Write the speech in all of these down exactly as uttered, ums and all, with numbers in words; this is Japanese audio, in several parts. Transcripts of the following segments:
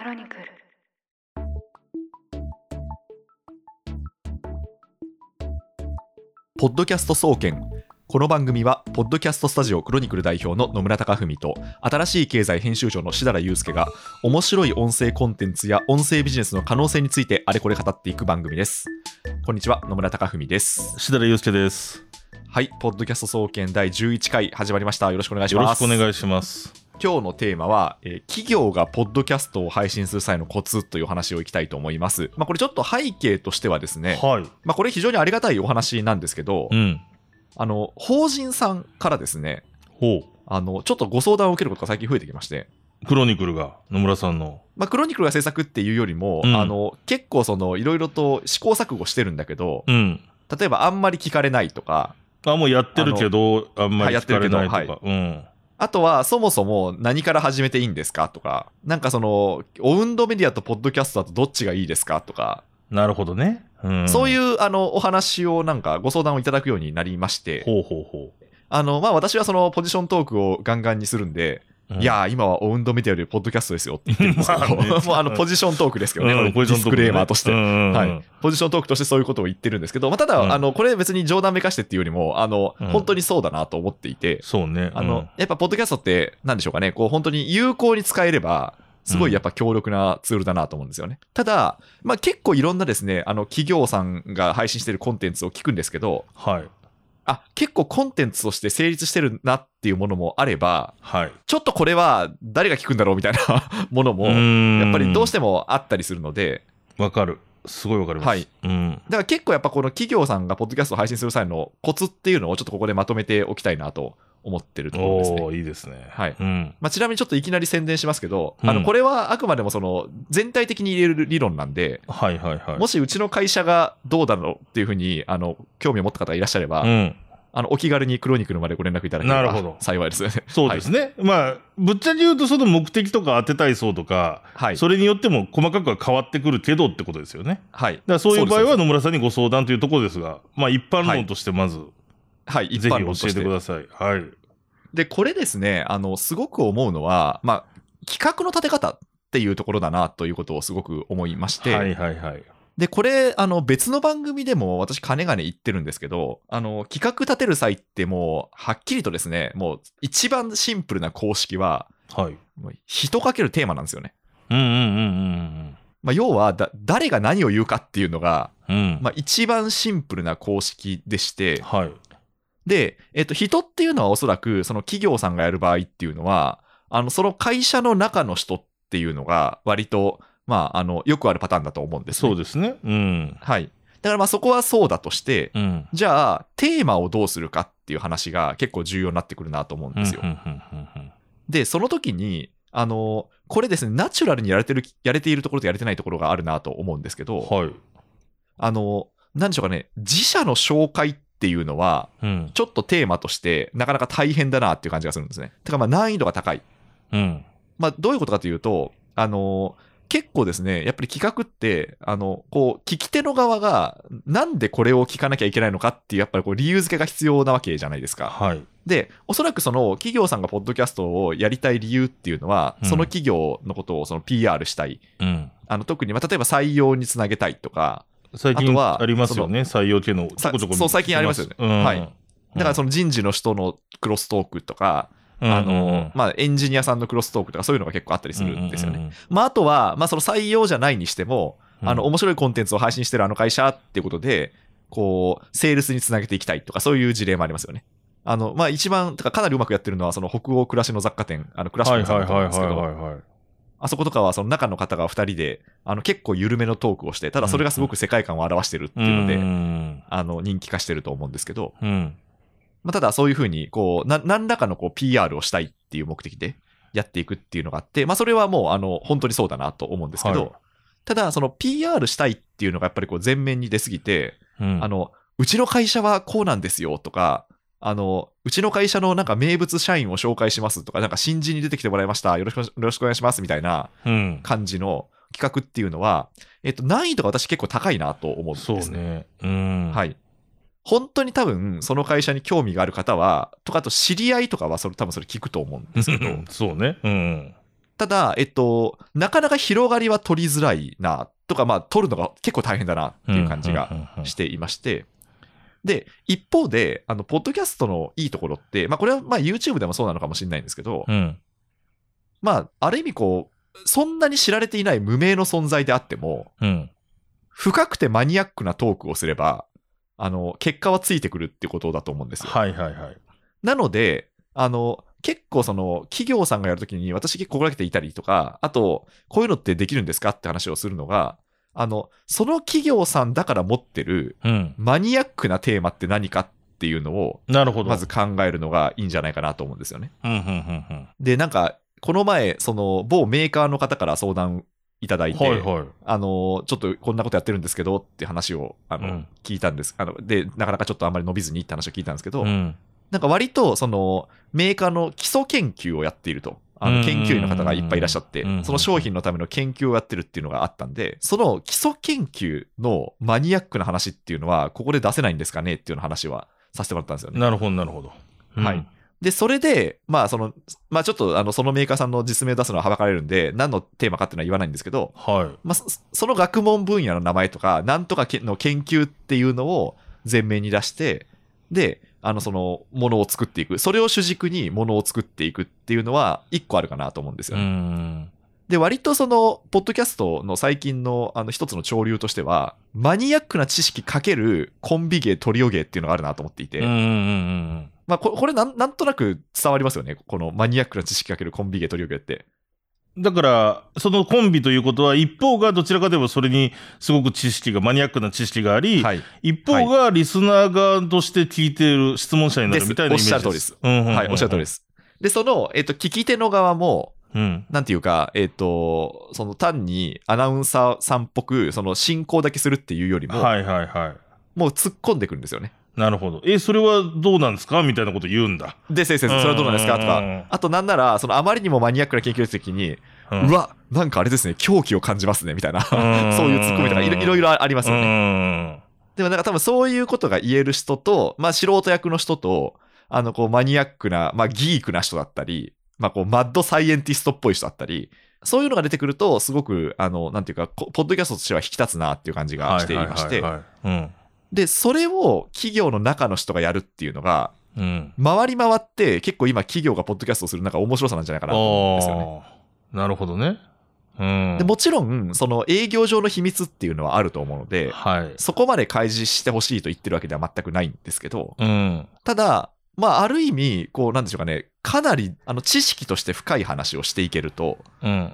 クロニクル。 ポッドキャスト総研。この番組はポッドキャストスタジオクロニクル代表の野村貴文と新しい経済編集長の志田祐介が面白い音声コンテンツや音声ビジネスの可能性についてあれこれ語っていく番組です。こんにちは、野村貴文です。 志田祐介です。 はい、ポッドキャスト総研だいじゅういっかい始まりました。よろしくお願いします。 よろしくお願いします。 今日のテーマは、えー、企業がポッドキャストを配信する際のコツという話をいきたいと思います。まあ、これちょっと背景としてはですね、 はい。 まあ、これ非常にありがたいお話なんですけど、 うん。 あの法人さんからですね、 ほう。 あのちょっとご相談を受けることが最近増えてきまして、 クロニクルが野村さんの、 まあ、クロニクルが制作っていうよりも、うん、あの結構そのいろいろと試行錯誤してるんだけど、 うん、 例えばあんまり聞かれないとか、 あもうやってるけどあんまり聞かれないとか、 はいうん、 あとはそもそも何から始めていいんですかとか、なんかそのオウンドメディアとポッドキャストだとどっちがいいですかとか。 なるほどね、うん、 そういうあのお話をなんかご相談をいただくようになりまして、 ほうほうほう。 あのまあ私はそのポジショントークをガンガンにするんで、うん、いやー今はオウンドメディアよりポッドキャストですよって言ってるんですけど、まあね、もうあのポジショントークですけどね、うん、これディスクレーマーとして、うんうんうん、はい、ポジショントークとしてそういうことを言ってるんですけど、まあ、ただ、うん、あのこれ別に冗談めかしてっていうよりもあの、うん、本当にそうだなと思っていて、 そうね、 あのやっぱポッドキャストって何でしょうかね、こう本当に有効に使えればすごいやっぱ強力なツールだなと思うんですよね。うん、ただ、まあ、結構いろんなですね、あの企業さんが配信してるコンテンツを聞くんですけど、 はい、 あ、結構コンテンツとして成立してるなっていうものもあれば、 はい、ちょっとこれは誰が聞くんだろうみたいなものもやっぱりどうしてもあったりするので。 わかる。すごいわかります。 はい。 うん。 だから結構やっぱこの企業さんがポッドキャストを配信する際のコツっていうのをちょっとここでまとめておきたいなと思ってるところですね。 おー、いいですね。 はい。 うん、 まあ、ちなみにちょっといきなり宣伝しますけど、 うん、 あのこれはあくまでもその全体的に入れる理論なんで、 はいはいはい。 もしうちの会社がどうだろうっていうふうにあの興味を持った方がいらっしゃれば、うん、あのお気軽にクロニクルまでご連絡いただければ幸いです。 そうですね。はい、まあぶっちゃけ言うとその目的とか当てたい層とか、はい、それによっても細かくは変わってくるけどってことですよね。はい。だからそういう場合は野村さんにご相談というところですが、まあ一般論としてまず、はい、ぜひ教えてください。はい。 でこれですね、あのすごく思うのは、まあ企画の立て方っていうところだなということをすごく思いまして。 はいはいはい。 でこれあの別の番組でも私かねがね言ってるんですけど、あの企画立てる際ってもうはっきりとですね、もう一番シンプルな公式は、はい、人かけるテーマなんですよね。 うんうんうんうんうんまあ、要はだ誰が何を言うかっていうのが、 うんまあ、一番シンプルな公式でして、 はい、 で、えっと、人っていうのはおそらくその企業さんがやる場合っていうのは、あのその会社の中の人っていうのが割とまあ、あのよくあるパターンだと思うんですね。 そうですね。うん。 はい。だからまあそこはそうだとして、 うん、 じゃあテーマをどうするかっていう話が結構重要になってくるなと思うんですよ。 うんうんうんうんうん、 で、その時にあのこれですね、ナチュラルにやれてるやれているところとやれてないところがあるなと思うんですけど、 はい、 あのなんでしょうかね、自社の紹介っていうのは、うん、ちょっとテーマとしてなかなか大変だなっていう感じがするんですね。てかまあ難易度が高い。 うん、 まあどういうことかというと、あの結構ですね、やっぱり企画ってあのこう聞き手の側がなんでこれを聞かなきゃいけないのかっていうやっぱりこう理由付けが必要なわけじゃないですか。 はい、 でおそらくその企業さんがポッドキャストをやりたい理由っていうのは、うん、その企業のことをその ピーアール したい、うん、あの特にまあ例えば採用につなげたいとか、 最近ありますよね、採用系のちょこちょこ。 そう最近ありますよね、うん、はい。だからその人事の人のクロストークとか、あのまあ、エンジニアさんのクロストークとかそういうのが結構あったりするんですよね。まあ、あとは、まあ、その採用じゃないにしても、うん、あの面白いコンテンツを配信してるあの会社っていうことでこうセールスにつなげていきたいとかそういう事例もありますよね。あの、まあ、一番かなりうまくやってるのはその北欧暮らしの雑貨店、あのクラシックさんだと思うんですけど、あそことかはその中の方がふたりであの結構緩めのトークをして、ただそれがすごく世界観を表してるっていうので、うん、あの人気化してると思うんですけど、うんまあ、ただそういうふうにこうな何らかのこう ピーアール をしたいっていう目的でやっていくっていうのがあって、まあ、それはもうあの本当にそうだなと思うんですけど、はい、ただその ピーアール したいっていうのがやっぱりこう前面に出すぎて、うん、あのうちの会社はこうなんですよとか、あのうちの会社のなんか名物社員を紹介しますとか、なんか新人に出てきてもらいましたよろしくよろしくお願いしますみたいな感じの企画っていうのは、えっと、難易度が私結構高いなと思うんですね。 そうね、うん、 はい。本当に多分その会社に興味がある方はとか、あと知り合いとかはそれ多分それ聞くと思うんですけどそうね、うん、 ただ、えっと、なかなか広がりは取りづらいな、とか、まあ、取るのが結構大変だなっていう感じがしていまして、で、一方で、あの、ポッドキャストのいいところって、まあ、これはまあ YouTube でもそうなのかもしれないんですけど、うん、まあ、ある意味こう、そんなに知られていない無名の存在であっても、うん、深くてマニアックなトークをすれば、あの、結果はついてくるってことだと思うんですよ。 はいはいはい。 なので、あの、結構その、企業さんがやるときに私結構心がけていたりとか、あと、こういうのってできるんですかって話をするのが、あの、その企業さんだから持ってるマニアックなテーマって何かっていうのを、まず考えるのがいいんじゃないかなと思うんですよね。で、なんか、この前、その、某メーカーの方から相談いただいて、はいはい、あの、ちょっとこんなことやってるんですけどって話を、あの、うん、聞いたんです。あの、で、なかなかちょっとあんまり伸びずにって話を聞いたんですけど、うん、なんか割と、その、メーカーの基礎研究をやっていると。あの研究員の方がいっぱいいらっしゃって、その商品のための研究をやってるっていうのがあったんで、その基礎研究のマニアックな話っていうのは、ここで出せないんですかねっていうような話はさせてもらったんですよね。 なるほど、なるほど。 うん、はい。で、それで、まあ、その、まあ、ちょっと、あの、そのメーカーさんの実名を出すのははばかれるんで、何のテーマかっていうのは言わないんですけど、はい。まあ、その学問分野の名前とか、なんとかの研究っていうのを前面に出して、で、あの、その、ものを作っていく。それを主軸にものを作っていくっていうのは、一個あるかなと思うんですよね。うんで、割とその、ポッドキャストの最近の、あの、一つの潮流としては、マニアックな知識かけるコンビ芸、トリオ芸っていうのがあるなと思っていて、うんうんうん、まあ、これ、これなん、なんとなく伝わりますよね。このマニアックな知識かけるコンビ芸、トリオ芸って。 だから、そのコンビということは、一方がどちらかでもそれにすごく知識が、マニアックな知識があり、はい、一方がリスナー側として聞いている質問者になるみたいなイメージです。 おっしゃる通りです。はい、おっしゃる通りです。で、その、えっと、聞き手の側も、うん、なんていうか、えっと、その単にアナウンサーさんっぽく、その進行だけするっていうよりも、 はいはいはい。 もう突っ込んでくるんですよね。 なるほど。え、それはどうなんですかみたいなこと言うんだ。 で、先生、それはどうなんですかとか、あとなんなら、そのあまりにもマニアックな研究の時に、うん、うわ、なんかあれですね、狂気を感じますね、みたいな、そういうツッコミとかいろいろいろありますよね。でもなんか多分そういうことが言える人と、まあ素人役の人と、あのこうマニアックな、まあギークな人だったり、まあこうマッドサイエンティストっぽい人だったり、そういうのが出てくると、すごく、あの、なんていうか、ポッドキャストとしては引き立つなっていう感じがしていまして、で、それを企業の中の人がやるっていうのが、うん、回り回って結構今企業がポッドキャストをするなんか面白さなんじゃないかなと思うんですよね。 なるほどね。うん、 でもちろんその営業上の秘密っていうのはあると思うので、はい、そこまで開示してほしいと言ってるわけでは全くないんですけど、うん、ただまあある意味こうなんでしょうかね、かなりあの知識として深い話をしていけると、うんうんうん、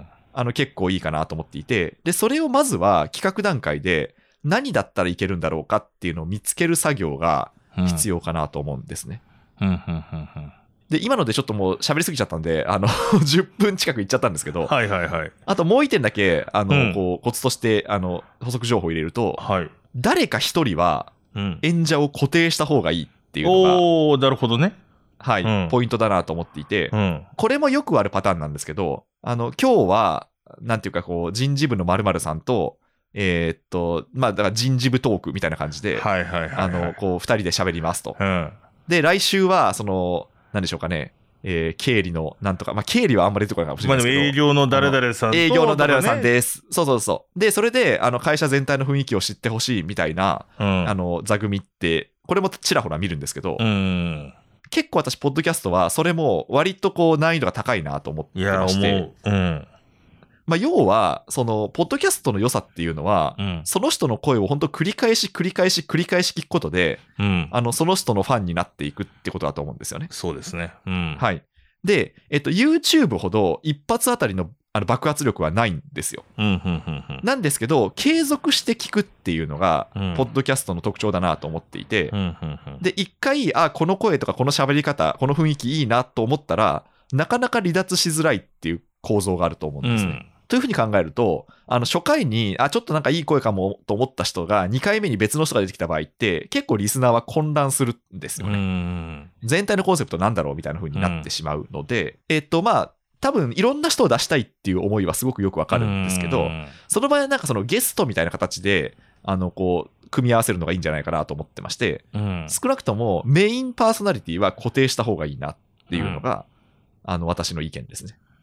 あの結構いいかなと思っていて、でそれをまずは企画段階で何だったらいけるんだろうかっていうのを見つける作業が必要かなと思うんですね。うんうんうんうん、で今のでちょっともう喋りすぎちゃったんで、あのじゅっぷん近くいっちゃったんですけど、 はいはいはい、 あともう一点だけあの、うん、こうコツとしてあの補足情報を入れると、はい、誰か一人は演者を固定した方がいいっていうのが、うん、 おー、なるほどね、 はい、うん、ポイントだなと思っていて、うん、これもよくあるパターンなんですけど、あの今日はなんていうかこう人事部の〇〇さんとえー、っと、まあ、だから人事部トークみたいな感じで、はいはいはいはい、あの、こう、二人で喋りますと。うん、で、来週は、その、なんでしょうかね、えー、経理のなんとか、まあ、経理はあんまり出てこないかもしれないですけど。 まあ、でも営業の誰々さんと、 営業の誰々さんです。そうそうそう。で、それで、あの、会社全体の雰囲気を知ってほしいみたいな、うん、あの、座組って、これもちらほら見るんですけど、うん、結構私、ポッドキャストは、それも割とこう、難易度が高いなと思ってまして。いや、思う。うん。まあ、要は、その、ポッドキャストの良さっていうのは、うん、その人の声を本当繰り返し繰り返し繰り返し聞くことで、うん、あの、その人のファンになっていくってことだと思うんですよね。 そうですね。うん、 はい。で、えっと、YouTube ほど一発あたりのあの爆発力はないんですよ。うんうんうんうん、なんですけど、継続して聞くっていうのが、うん、ポッドキャストの特徴だなと思っていて、うんうんうん、で、一回、あ、この声とかこの喋り方、この雰囲気いいなと思ったら、なかなか離脱しづらいっていう構造があると思うんですね。うんというふうに考えると、あの初回に、あ、ちょっとなんかいい声かもと思った人がにかいめに別の人が出てきた場合って、結構リスナーは混乱するんですよね。うん全体のコンセプトなんだろうみたいなふうになってしまうので、えっとまあ、多分いろんな人を出したいっていう思いはすごくよくわかるんですけど、その場合はなんかそのゲストみたいな形で、あのこう、組み合わせるのがいいんじゃないかなと思ってまして、うん、少なくともメインパーソナリティは固定した方がいいなっていうのが、うん、あの私の意見ですね。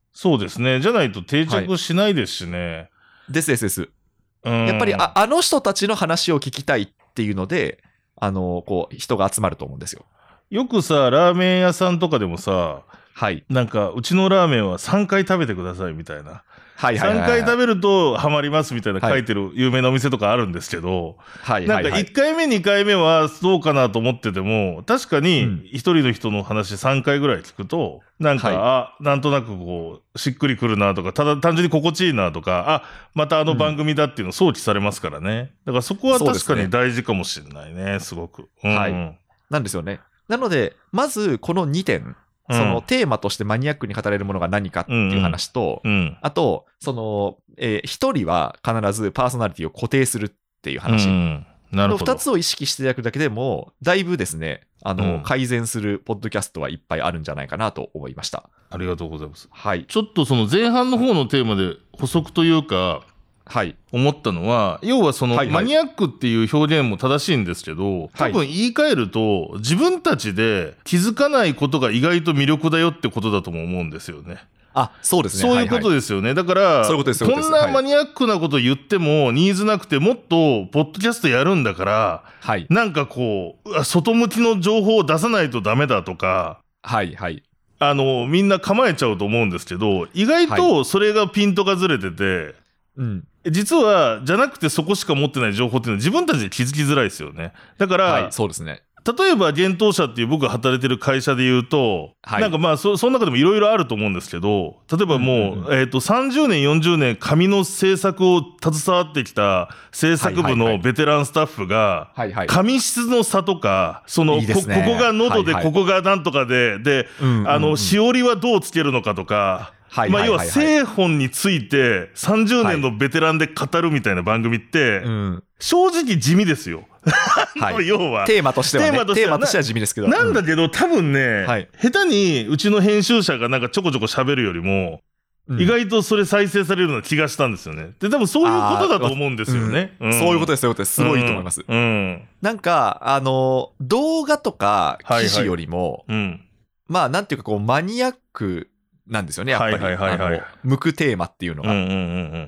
そうですね。じゃないと定着しないですしね。 はい、ですですです。やっぱり あ, あの人たちの話を聞きたいっていうので、あのこう人が集まると思うんですよ。 よくさ、ラーメン屋さんとかでもさ、 はい、 なんかうちのラーメンはさんかい食べてくださいみたいな。 はいはいはいはい、 さんかい食べるとハマりますみたいな書いてる有名なお店とかあるんですけど、はい、なんかいっかいめにかいめはどうかなと思ってても、確かに一人の人の話さんかいぐらい聞くと、なんか、はい、あ、なんとなくこうしっくりくるなとか、ただ単純に心地いいなとか、あ、またあの番組だっていうのを想起されますからね。だからそこは確かに大事かもしれないね、すごく。うんうん、 はい。なんですよね。なのでまずこのにてん。そのテーマとしてマニアックに語れるものが何かっていう話と、うんうん、あと、その、えー、一人は必ずパーソナリティを固定するっていう話。うん、なるほど。ふたつを意識していただくだけでも、だいぶですね、あの、うん、改善するポッドキャストはいっぱいあるんじゃないかなと思いました。 ありがとうございます。 はい。 ちょっとその前半の方のテーマで補足というか、 はい、 思ったのは、要はそのマニアックっていう表現も正しいんですけど、多分言い換えると自分たちで気づかないことが意外と魅力だよってことだとも思うんですよね。 あ、そうですね。 そういうことですよね。はいはい、だからこんなマニアックなこと言ってもニーズなくて、もっとポッドキャストやるんだから、はい、なんかこう外向きの情報を出さないとダメだとか、 はいはい、 あのみんな構えちゃうと思うんですけど、意外とそれがピントがずれてて、うん、実はじゃなくてそこしか持ってない情報っていうのは自分たちで気づきづらいですよね。だから、はい、 そうですね。 例えば幻冬舎っていう僕が働いてる会社で言うと、はい、なんかまあ そ, その中でもいろいろあると思うんですけど、例えばもう、うんうんうん、えー、とさんじゅうねんよんじゅうねん紙の制作を携わってきた制作部のベテランスタッフが、はいはいはい、紙質の差とか、そのいいこ, ここが喉で、はいはい、ここがなんとかでで、うんうんうん、あのしおりはどうつけるのかとか、はいはいはいはい、まあ、要は製本についてさんじゅうねんのベテランで語るみたいな番組って、はい、うん、正直地味ですよ。はい、要はテーマとしてはね、テーマとしては、テーマとしては地味ですけど、 なんだけど、うん、多分ね、はい、下手にうちの編集者がなんかちょこちょこ喋るよりも、うん、意外とそれ再生されるような気がしたんですよね。で、多分そういうことだと思うんですよね。 うんうん、そういうことです、そういうことです。すごいいいと思います。うんうん、なんかあの動画とか記事よりも、はいはい、うん、まあなんていうかこうマニアックなんですよね、やっぱり、はいはいはいはい、向くテーマっていうのが、うんうんうんうん、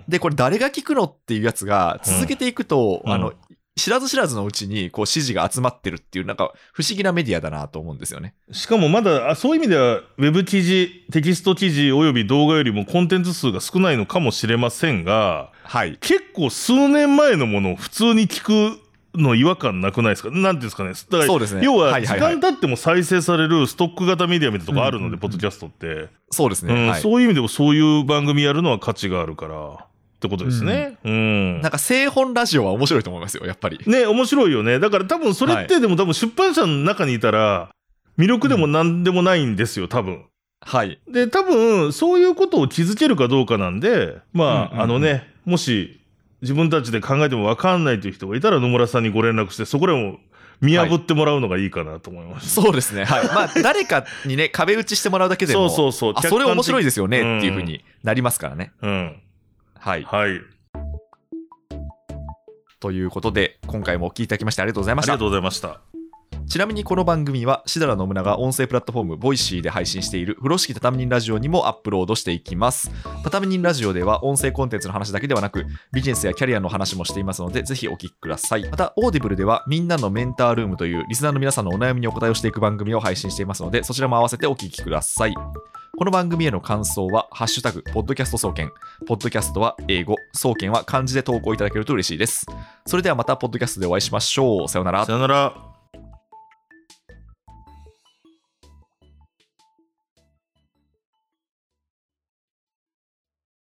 でこれ誰が聞くのっていうやつが続けていくと、うん、あの知らず知らずのうちにこう支持が集まってるっていう、なんか不思議なメディアだなと思うんですよね。 しかもまだあそういう意味ではウェブ記事、テキスト記事および動画よりもコンテンツ数が少ないのかもしれませんが、はい、結構数年前のものを普通に聞くの違和感なくないですか？なんていうんですかね。だからそうですね。要は時間経っても再生されるストック型メディアみたいなとこあるので、ポッドキャストって。 そうですね、 うん、 はい。 そういう意味でもそういう番組やるのは価値があるから。ってことですね、 うんうん、なんか製本ラジオは面白いと思いますよ、やっぱりね。面白いよね。だから多分それってでも多分出版社の中にいたら魅力でも何でもないんですよ、多分。はい。で多分そういうことを気づけるかどうかなんで、まあ、うんうんうん、あのね、もし自分たちで考えても分かんないという人がいたら野村さんにご連絡して、そこでも見破ってもらうのがいいかなと思います、 はい、そうですね、はい。まあ誰かにね壁打ちしてもらうだけでもそうそうそう、あそれ面白いですよねっていう風になりますからね。うん、うん、はい、はい。ということで今回もお聞きいただきましてありがとうございました。 ありがとうございました。 ちなみにこの番組はしだら信長音声プラットフォームボイシーで配信している風呂敷畳人ラジオにもアップロードしていきます。畳人ラジオでは音声コンテンツの話だけではなくビジネスやキャリアの話もしていますのでぜひお聞きください。またオーディブルではみんなのメンタールームというリスナーの皆さんのお悩みにお答えをしていく番組を配信していますのでそちらも合わせてお聞きください。この番組への感想はハッシュタグポッドキャスト総研、ポッドキャストは英語、総研は漢字で投稿いただけると嬉しいです。それではまたポッドキャストでお会いしましょう。さようなら。 さようなら。